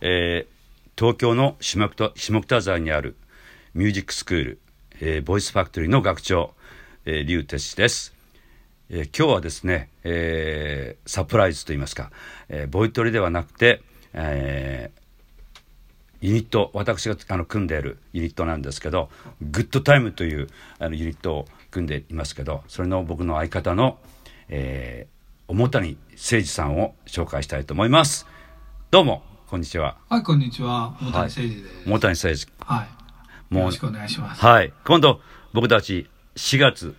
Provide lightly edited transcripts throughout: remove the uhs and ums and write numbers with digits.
東京の下北沢にあるミュージックスクール、ボイスファクトリーの学長、劉哲司です。今日はですね、サプライズといいますか、ボイトレではなくて、ユニット、私が組んでいるユニットなんですけど、グッドタイムというユニットを組んでいますけど、それの僕の相方の、表谷誠二さんを紹介したいと思います。どうもこんにちは。 はい、こんにちは。表谷誠二です。 表谷誠二。 はい。よろしくお願いします。 はい。今度僕たち4月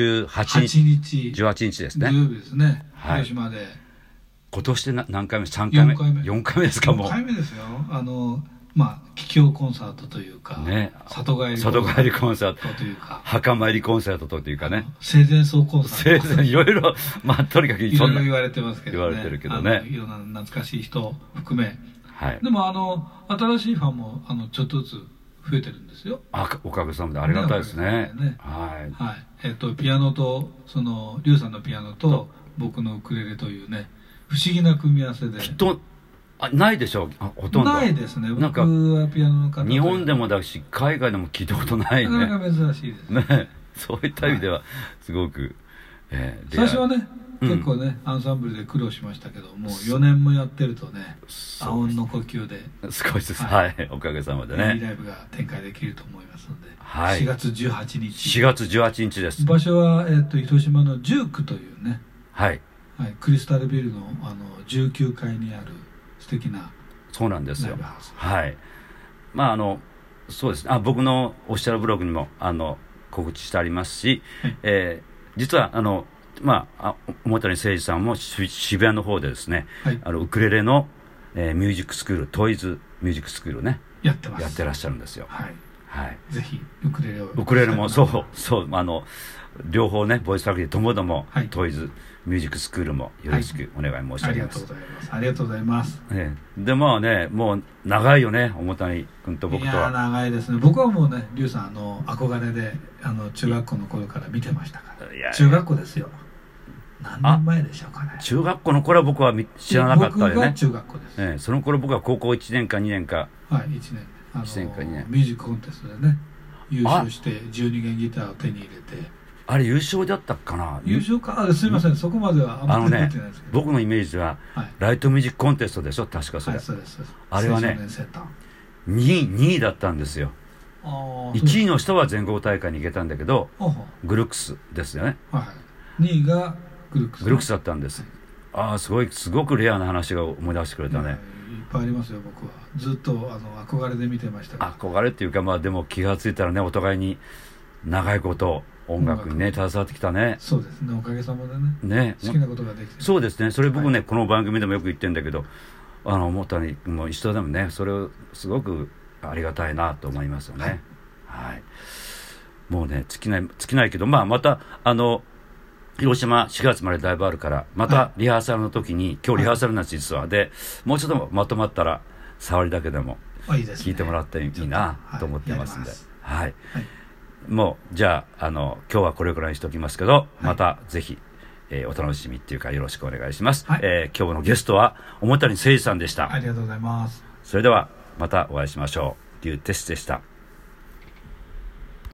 18日ですね。 土曜日ですね。 はい、 広島で。 今年で何回目 ?3 回目 ?4 回目ですか？もう。 4回目ですよ。帰郷コンサートというか、 ね、 里帰りコンサートというか、 墓参りコンサートというかね、 生前葬コンサート、 いろいろ、とにかくいろいろ言われてますけどね。 言われてるけどね。 いろんな懐かしい人含め、 はい。 でも新しいファンもちょっとずつ増えてるんですよ。 おかげさまでありがたいですね。 はい。ピアノと劉さんのピアノと僕のウクレレというね、不思議な組み合わせで。 きっとないでしょう、ほとんど。 ないですね。僕はピアノの方、 日本でもだし海外でも聞いたことないね。 なかなか珍しいですね。そういった意味ではすごく、 最初はね、結構ねアンサンブルで苦労しましたけど、もう4年もやってるとね、あうんの呼吸で少しずつ、はい、おかげさまでね、 いいライブが展開できると思いますので、 はい、 4月18日 4月18日です。 場所は、広島の19というね、 はい、 クリスタルビルの19階にある素敵な。 そうなんですよ。はい。そうですね。僕のオフィシャルブログにも告知してありますし、はい、実は表谷誠二さんも渋谷の方でですね、はい、ウクレレの、ミュージックスクール、トイズミュージックスクールをね、やってらっしゃるんですよ。 はい。 はい。 ぜひウクレレもそう両方ね、ボイスファクトリーともども、はい、トイズミュージックスクールもよろしくお願い申し上げます。 はい、ありがとうございます。 でもう長いよね、表谷君と僕とは。 いや長いですね。僕はもうね、劉さん憧れで中学校の頃から見てましたから。中学校ですよ。何年前でしょうかね。 中学校の頃は僕は知らなかったよね。 僕が中学校です。 その頃僕は高校1年か2年か。 はい、1年。 1年か2年。 ミュージックコンテストでね、優勝して12弦ギターを手に入れて。 あれ優勝だったかな。 優勝か、すいません、そこまではあんまり出てないですけど。 僕のイメージは、ライトミュージックコンテストでしょ、確かそれ。 はい、そうです。 あれはね、2位だったんですよ。1位の人は全国大会に行けたんだけど、グルクスですよね。 はい。2位がグルクスだったんです。すごくレアな話が思い出してくれたね。 いっぱいありますよ、僕は。ずっと憧れで見てましたから。 憧れっていうか、でも気がついたらね、お互いに長いこと音楽にね携わってきたね。 そうですね、おかげさまでね、好きなことができて。 そうですね。それ僕ね、この番組でもよく言ってるんだけど、表谷君も一緒でもね、それをすごくありがたいなと思いますよね。はい。もうね、尽きないけど、また広島4月までだいぶあるから、またリハーサルの時に、今日リハーサルなんです実は。でもうちょっとまとまったら触りだけでも聞いてもらっていいなと思ってますんで、はい。もうじゃあ今日はこれくらいにしておきますけど、またぜひ、お楽しみっていうかよろしくお願いします。今日のゲストは表谷誠二さんでした。 ありがとうございます。 それではまたお会いしましょう。劉哲司でした。